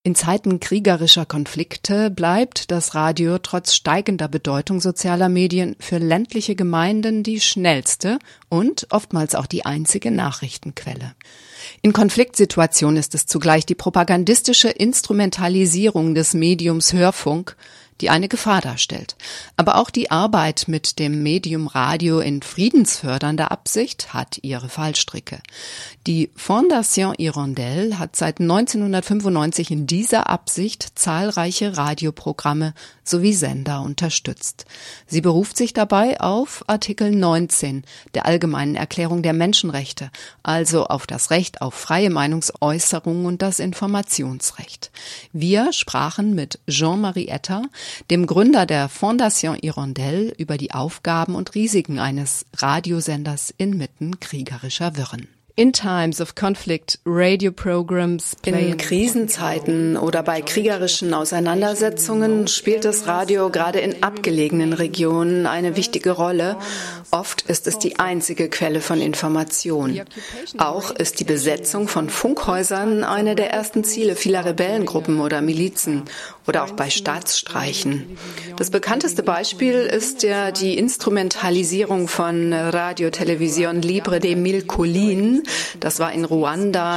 In Zeiten kriegerischer Konflikte bleibt das Radio trotz steigender Bedeutung sozialer Medien für ländliche Gemeinden die schnellste und oftmals auch die einzige Nachrichtenquelle. In Konfliktsituationen ist es zugleich die propagandistische Instrumentalisierung des Mediums Hörfunk, die eine Gefahr darstellt. Aber auch die Arbeit mit dem Medium Radio in friedensfördernder Absicht hat ihre Fallstricke. Die Fondation Hirondelle hat seit 1995 in dieser Absicht zahlreiche Radioprogramme sowie Sender unterstützt. Sie beruft sich dabei auf Artikel 19 der Allgemeinen Erklärung der Menschenrechte, also auf das Recht auf freie Meinungsäußerung und das Informationsrecht. Wir sprachen mit Jean-Marie Etter, dem Gründer der Fondation Hirondelle, über die Aufgaben und Risiken eines Radiosenders inmitten kriegerischer Wirren. In times of conflict, radio programs in Krisenzeiten oder bei kriegerischen Auseinandersetzungen spielt das Radio gerade in abgelegenen Regionen eine wichtige Rolle. Oft ist es die einzige Quelle von Information. Auch ist die Besetzung von Funkhäusern eine der ersten Ziele vieler Rebellengruppen oder Milizen oder auch bei Staatsstreichen. Das bekannteste Beispiel ist ja die Instrumentalisierung von Radio Television Libre des Mille Collines. Das war in Ruanda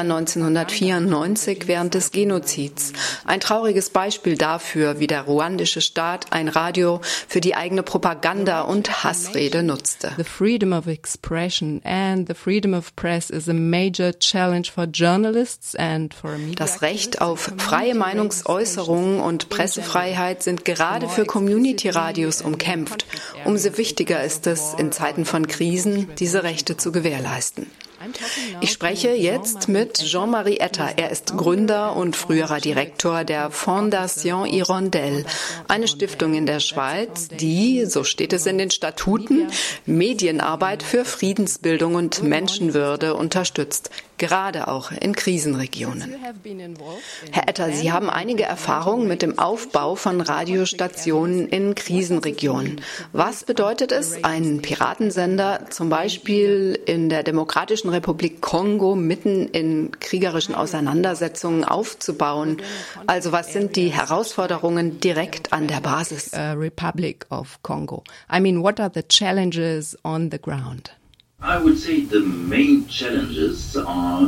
1994 während des Genozids. Ein trauriges Beispiel dafür, wie der ruandische Staat ein Radio für die eigene Propaganda und Hassrede nutzte. The freedom of expression and the freedom of press is a major challenge for journalists and for media. Das Recht auf freie Meinungsäußerung und Pressefreiheit sind gerade für Community-Radios umkämpft. Umso wichtiger ist es, in Zeiten von Krisen diese Rechte zu gewährleisten. Ich spreche jetzt mit Jean-Marie Etter. Er ist Gründer und früherer Direktor der Fondation Hirondelle, eine Stiftung in der Schweiz, die, so steht es in den Statuten, Medienarbeit für Friedensbildung und Menschenwürde unterstützt, gerade auch in Krisenregionen. Herr Etter, Sie haben einige Erfahrungen mit dem Aufbau von Radiostationen in Krisenregionen. Was bedeutet es, einen Piratensender zum Beispiel in der Demokratischen Republik Kongo mitten in kriegerischen Auseinandersetzungen aufzubauen? Also was sind die Herausforderungen direkt an der Basis? Republic of Congo. I mean, what are the challenges on the ground? I would say the main challenges are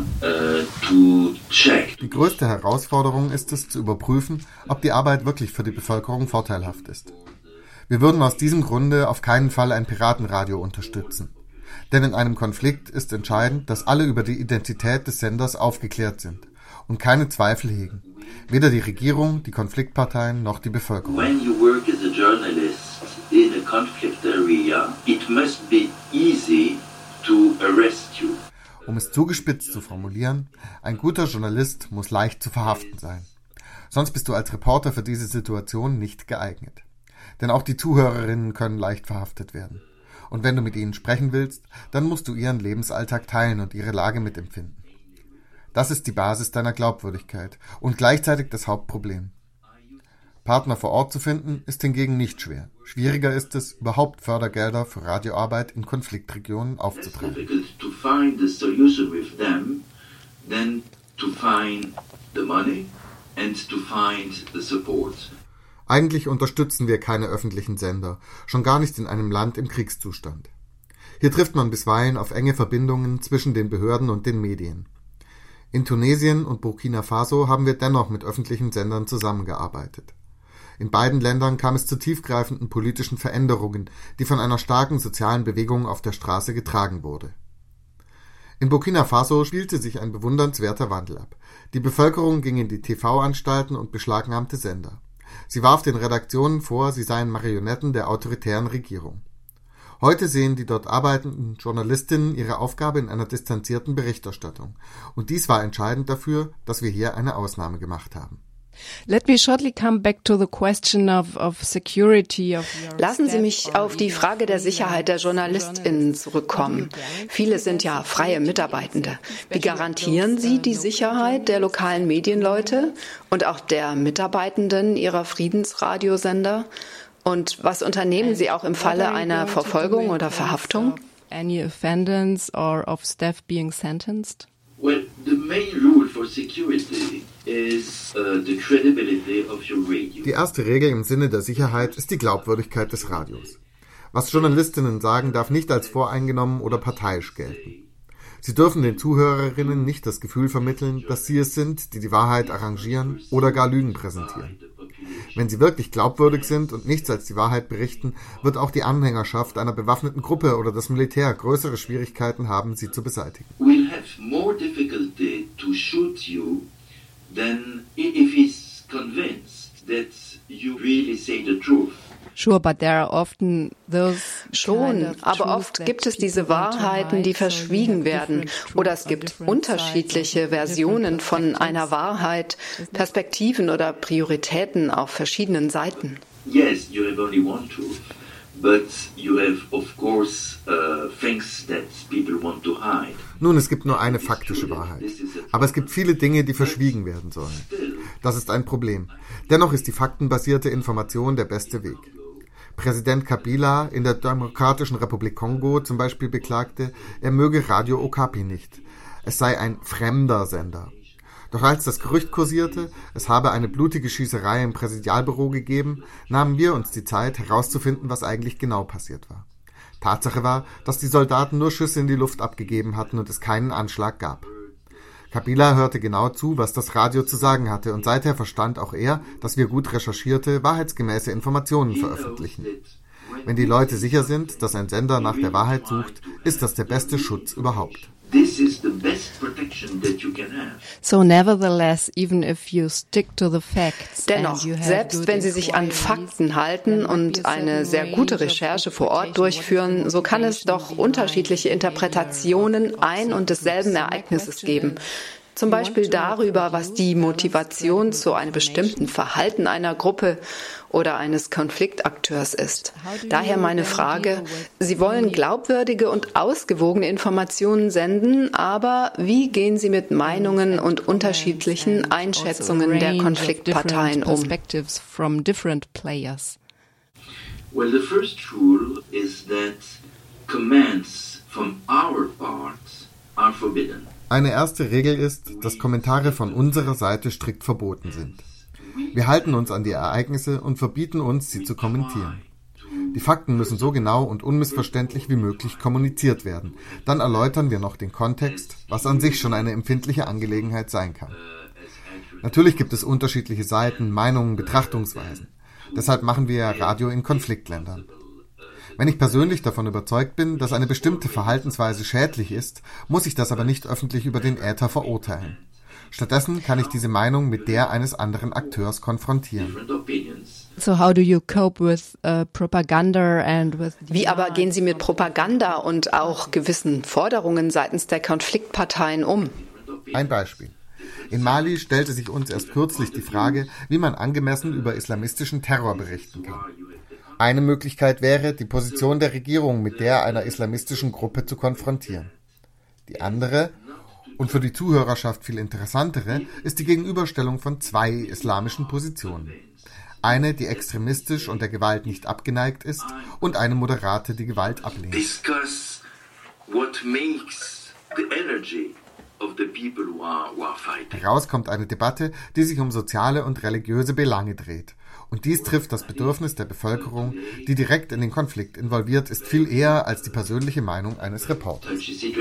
to check. Die größte Herausforderung ist es, zu überprüfen, ob die Arbeit wirklich für die Bevölkerung vorteilhaft ist. Wir würden aus diesem Grunde auf keinen Fall ein Piratenradio unterstützen. Denn in einem Konflikt ist entscheidend, dass alle über die Identität des Senders aufgeklärt sind und keine Zweifel hegen. Weder die Regierung, die Konfliktparteien noch die Bevölkerung. When you work as a journalist in a conflict area, it must be easy to arrest you. Um es zugespitzt zu formulieren, ein guter Journalist muss leicht zu verhaften sein. Sonst bist du als Reporter für diese Situation nicht geeignet. Denn auch die Zuhörerinnen können leicht verhaftet werden. Und wenn du mit ihnen sprechen willst, dann musst du ihren Lebensalltag teilen und ihre Lage mitempfinden. Das ist die Basis deiner Glaubwürdigkeit und gleichzeitig das Hauptproblem. Partner vor Ort zu finden, ist hingegen nicht schwer. Schwieriger ist es, überhaupt Fördergelder für Radioarbeit in Konfliktregionen aufzutreiben. Eigentlich unterstützen wir keine öffentlichen Sender, schon gar nicht in einem Land im Kriegszustand. Hier trifft man bisweilen auf enge Verbindungen zwischen den Behörden und den Medien. In Tunesien und Burkina Faso haben wir dennoch mit öffentlichen Sendern zusammengearbeitet. In beiden Ländern kam es zu tiefgreifenden politischen Veränderungen, die von einer starken sozialen Bewegung auf der Straße getragen wurde. In Burkina Faso spielte sich ein bewundernswerter Wandel ab. Die Bevölkerung ging in die TV-Anstalten und beschlagnahmte Sender. Sie warf den Redaktionen vor, sie seien Marionetten der autoritären Regierung. Heute sehen die dort arbeitenden Journalistinnen ihre Aufgabe in einer distanzierten Berichterstattung. Und dies war entscheidend dafür, dass wir hier eine Ausnahme gemacht haben. Let me shortly come back to the question of security of your Lassen Sie mich auf die Frage der Sicherheit der JournalistInnen zurückkommen. Viele sind ja freie Mitarbeitende. Wie garantieren Sie die Sicherheit der lokalen Medienleute und auch der Mitarbeitenden Ihrer Friedensradiosender? Und was unternehmen Sie auch im Falle einer Verfolgung oder Verhaftung? Any offenders or of staff being sentenced? Well, the main rule for security Die erste Regel im Sinne der Sicherheit ist die Glaubwürdigkeit des Radios. Was Journalistinnen sagen, darf nicht als voreingenommen oder parteiisch gelten. Sie dürfen den Zuhörerinnen nicht das Gefühl vermitteln, dass sie es sind, die die Wahrheit arrangieren oder gar Lügen präsentieren. Wenn sie wirklich glaubwürdig sind und nichts als die Wahrheit berichten, wird auch die Anhängerschaft einer bewaffneten Gruppe oder das Militär größere Schwierigkeiten haben, sie zu beseitigen. Will have more difficulty to shoot you than if he's convinced that you really say the truth. Sure, but there are often those Schon, aber oft gibt es diese Wahrheiten, die verschwiegen werden. Oder es gibt unterschiedliche Versionen von einer Wahrheit, Perspektiven oder Prioritäten auf verschiedenen Seiten. Yes, you have only one truth, but you have, of course, things that people want to hide. Nun, es gibt nur eine faktische Wahrheit. Aber es gibt viele Dinge, die verschwiegen werden sollen. Das ist ein Problem. Dennoch ist die faktenbasierte Information der beste Weg. Präsident Kabila in der Demokratischen Republik Kongo zum Beispiel beklagte, er möge Radio Okapi nicht. Es sei ein fremder Sender. Doch als das Gerücht kursierte, es habe eine blutige Schießerei im Präsidialbüro gegeben, nahmen wir uns die Zeit, herauszufinden, was eigentlich genau passiert war. Tatsache war, dass die Soldaten nur Schüsse in die Luft abgegeben hatten und es keinen Anschlag gab. Kabila hörte genau zu, was das Radio zu sagen hatte, und seither verstand auch er, dass wir gut recherchierte, wahrheitsgemäße Informationen veröffentlichen. Wenn die Leute sicher sind, dass ein Sender nach der Wahrheit sucht, ist das der beste Schutz überhaupt. So nevertheless, even if you stick to the facts. Dennoch, selbst wenn Sie sich an Fakten halten und eine sehr gute Recherche vor Ort durchführen, so kann es doch unterschiedliche Interpretationen ein und desselben Ereignisses geben. Zum Beispiel darüber, was die Motivation zu einem bestimmten Verhalten einer Gruppe oder eines Konfliktakteurs ist. Daher meine Frage, Sie wollen glaubwürdige und ausgewogene Informationen senden, aber wie gehen Sie mit Meinungen und unterschiedlichen Einschätzungen der Konfliktparteien um? Well, the first rule is that comments from our part are forbidden. Eine erste Regel ist, dass Kommentare von unserer Seite strikt verboten sind. Wir halten uns an die Ereignisse und verbieten uns, sie zu kommentieren. Die Fakten müssen so genau und unmissverständlich wie möglich kommuniziert werden. Dann erläutern wir noch den Kontext, was an sich schon eine empfindliche Angelegenheit sein kann. Natürlich gibt es unterschiedliche Seiten, Meinungen, Betrachtungsweisen. Deshalb machen wir ja Radio in Konfliktländern. Wenn ich persönlich davon überzeugt bin, dass eine bestimmte Verhaltensweise schädlich ist, muss ich das aber nicht öffentlich über den Äther verurteilen. Stattdessen kann ich diese Meinung mit der eines anderen Akteurs konfrontieren. So how do you cope with propaganda and with Wie aber gehen Sie mit Propaganda und auch gewissen Forderungen seitens der Konfliktparteien um? Ein Beispiel. In Mali stellte sich uns erst kürzlich die Frage, wie man angemessen über islamistischen Terror berichten kann. Eine Möglichkeit wäre, die Position der Regierung mit der einer islamistischen Gruppe zu konfrontieren. Die andere, und für die Zuhörerschaft viel interessantere, ist die Gegenüberstellung von zwei islamischen Positionen. Eine, die extremistisch und der Gewalt nicht abgeneigt ist, und eine moderate, die Gewalt ablehnt. Discuss what makes the energy of the people who are fighting. Heraus kommt eine Debatte, die sich um soziale und religiöse Belange dreht. Und dies trifft das Bedürfnis der Bevölkerung, die direkt in den Konflikt involviert ist, viel eher als die persönliche Meinung eines Reporters.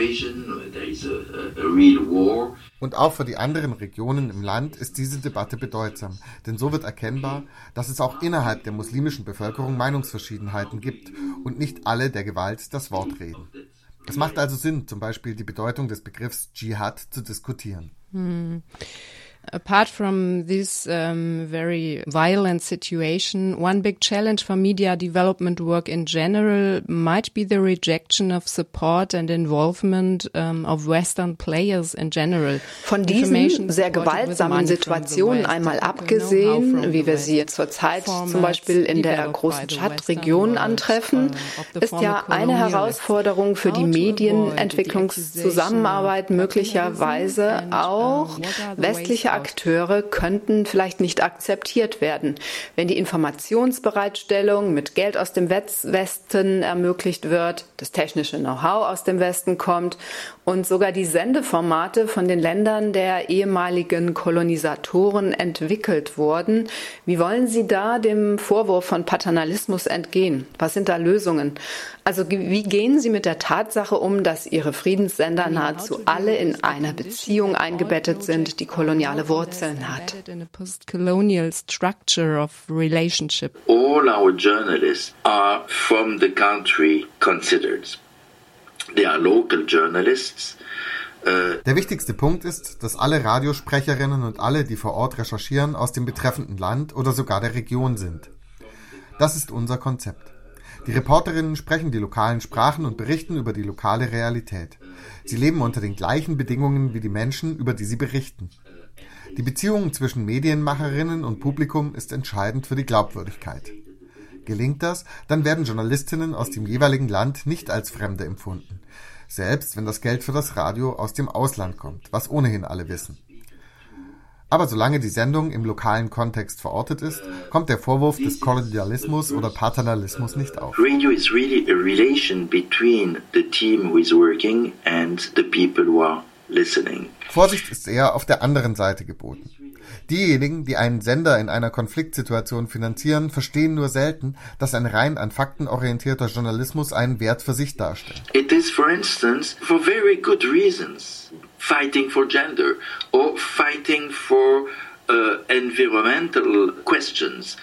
Und auch für die anderen Regionen im Land ist diese Debatte bedeutsam, denn so wird erkennbar, dass es auch innerhalb der muslimischen Bevölkerung Meinungsverschiedenheiten gibt und nicht alle der Gewalt das Wort reden. Es macht also Sinn, zum Beispiel die Bedeutung des Begriffs Dschihad zu diskutieren. Apart from this very violent situation, one big challenge for media development work in general might be the rejection of support and involvement of Western players in general. Von diesen sehr gewaltsamen Situationen einmal abgesehen, wie wir sie zurzeit zum Beispiel in der großen Tschad-Region antreffen, ist ja eine Herausforderung für die Medienentwicklungszusammenarbeit möglicherweise auch westliche Akteure könnten vielleicht nicht akzeptiert werden. Wenn die Informationsbereitstellung mit Geld aus dem Westen ermöglicht wird, das technische Know-how aus dem Westen kommt und sogar die Sendeformate von den Ländern der ehemaligen Kolonisatoren entwickelt wurden, wie wollen Sie da dem Vorwurf von Paternalismus entgehen? Was sind da Lösungen? Also wie gehen Sie mit der Tatsache um, dass Ihre Friedenssender nahezu alle in einer Beziehung eingebettet sind, die koloniale Wurzeln hat? All our journalists are from the country considered. They are local journalists. Der wichtigste Punkt ist, dass alle Radiosprecherinnen und alle, die vor Ort recherchieren, aus dem betreffenden Land oder sogar der Region sind. Das ist unser Konzept. Die Reporterinnen sprechen die lokalen Sprachen und berichten über die lokale Realität. Sie leben unter den gleichen Bedingungen wie die Menschen, über die sie berichten. Die Beziehung zwischen Medienmacherinnen und Publikum ist entscheidend für die Glaubwürdigkeit. Gelingt das, dann werden Journalistinnen aus dem jeweiligen Land nicht als Fremde empfunden. Selbst wenn das Geld für das Radio aus dem Ausland kommt, was ohnehin alle wissen. Aber solange die Sendung im lokalen Kontext verortet ist, kommt der Vorwurf des Kolonialismus oder Paternalismus nicht auf. Radio is really a relation between the team who is working and the people who are listening. Vorsicht ist eher auf der anderen Seite geboten. Diejenigen, die einen Sender in einer Konfliktsituation finanzieren, verstehen nur selten, dass ein rein an Fakten orientierter Journalismus einen Wert für sich darstellt. It is, for instance, for very good reasons, fighting for gender or fighting for environmental questions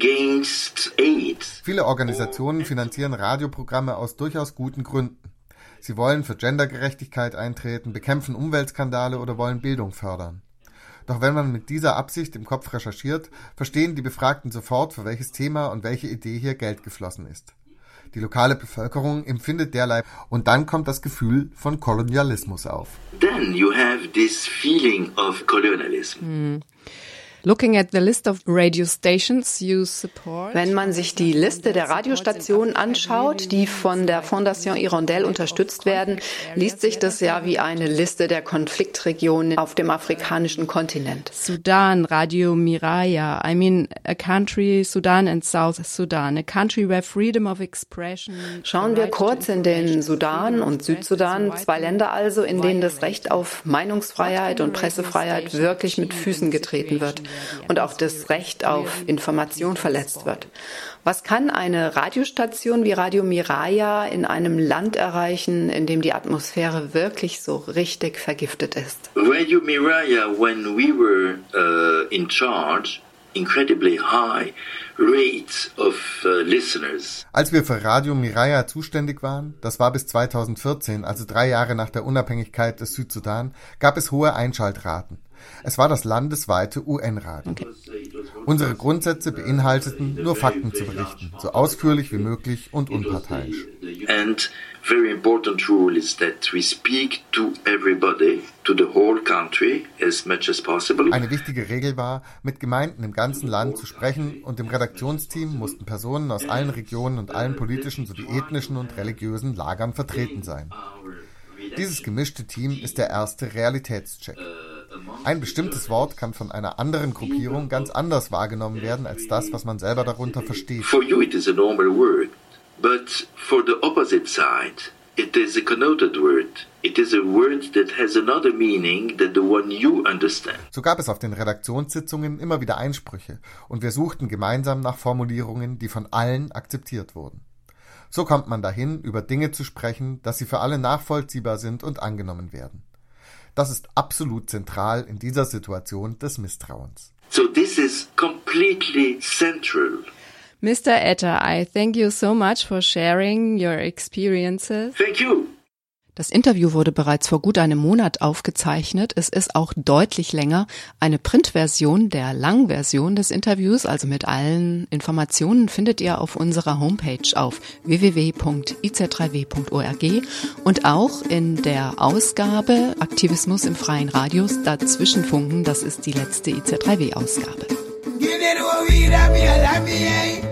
against AIDS. Viele Organisationen finanzieren Radioprogramme aus durchaus guten Gründen. Sie wollen für Gendergerechtigkeit eintreten, bekämpfen Umweltskandale oder wollen Bildung fördern. Doch wenn man mit dieser Absicht im Kopf recherchiert, verstehen die Befragten sofort, für welches Thema und welche Idee hier Geld geflossen ist. Die lokale Bevölkerung empfindet derlei und dann kommt das Gefühl von Kolonialismus auf. Then you have this feeling of colonialism. Looking at the list of radio stations you support. Wenn man sich die Liste der Radiostationen anschaut, die von der Fondation Hirondelle unterstützt werden, liest sich das ja wie eine Liste der Konfliktregionen auf dem afrikanischen Kontinent. Sudan, Radio Miraya, a country, Sudan and South Sudan, a country where freedom of expression. Schauen wir kurz in den Sudan und Südsudan, 2 Länder also, in denen das Recht auf Meinungsfreiheit und Pressefreiheit wirklich mit Füßen getreten wird. Und auch das Recht auf Information verletzt wird. Was kann eine Radiostation wie Radio Miraya in einem Land erreichen, in dem die Atmosphäre wirklich so richtig vergiftet ist? Radio Miraya, when we were in charge, incredibly high rate of listeners. Als wir für Radio Miraya zuständig waren, das war bis 2014, also 3 Jahre nach der Unabhängigkeit des Südsudan, gab es hohe Einschaltraten. Es war das landesweite UN-Radio. Okay. Unsere Grundsätze beinhalteten, nur Fakten zu berichten, so ausführlich wie möglich und unparteiisch. And very important rule is that we speak to everybody, to the whole country as much as possible. Eine wichtige Regel war, mit Gemeinden im ganzen Land zu sprechen und im Redaktionsteam mussten Personen aus allen Regionen und allen politischen sowie ethnischen und religiösen Lagern vertreten sein. Dieses gemischte Team ist der erste Realitätscheck. Ein bestimmtes Wort kann von einer anderen Gruppierung ganz anders wahrgenommen werden als das, was man selber darunter versteht. For you it is a normal word, but for the opposite side it is a connoted word. It is a word that has another meaning than the one you understand. So gab es auf den Redaktionssitzungen immer wieder Einsprüche und wir suchten gemeinsam nach Formulierungen, die von allen akzeptiert wurden. So kommt man dahin, über Dinge zu sprechen, dass sie für alle nachvollziehbar sind und angenommen werden. Das ist absolut zentral in dieser Situation des Misstrauens. So this is completely central. Mr. Etter, I thank you so much for sharing your experiences. Thank you. Das Interview wurde bereits vor gut einem Monat aufgezeichnet. Es ist auch deutlich länger. Eine Printversion der Langversion des Interviews, also mit allen Informationen, findet ihr auf unserer Homepage auf www.iz3w.org und auch in der Ausgabe Aktivismus im freien Radios Dazwischenfunken. Das ist die letzte IZ3W-Ausgabe.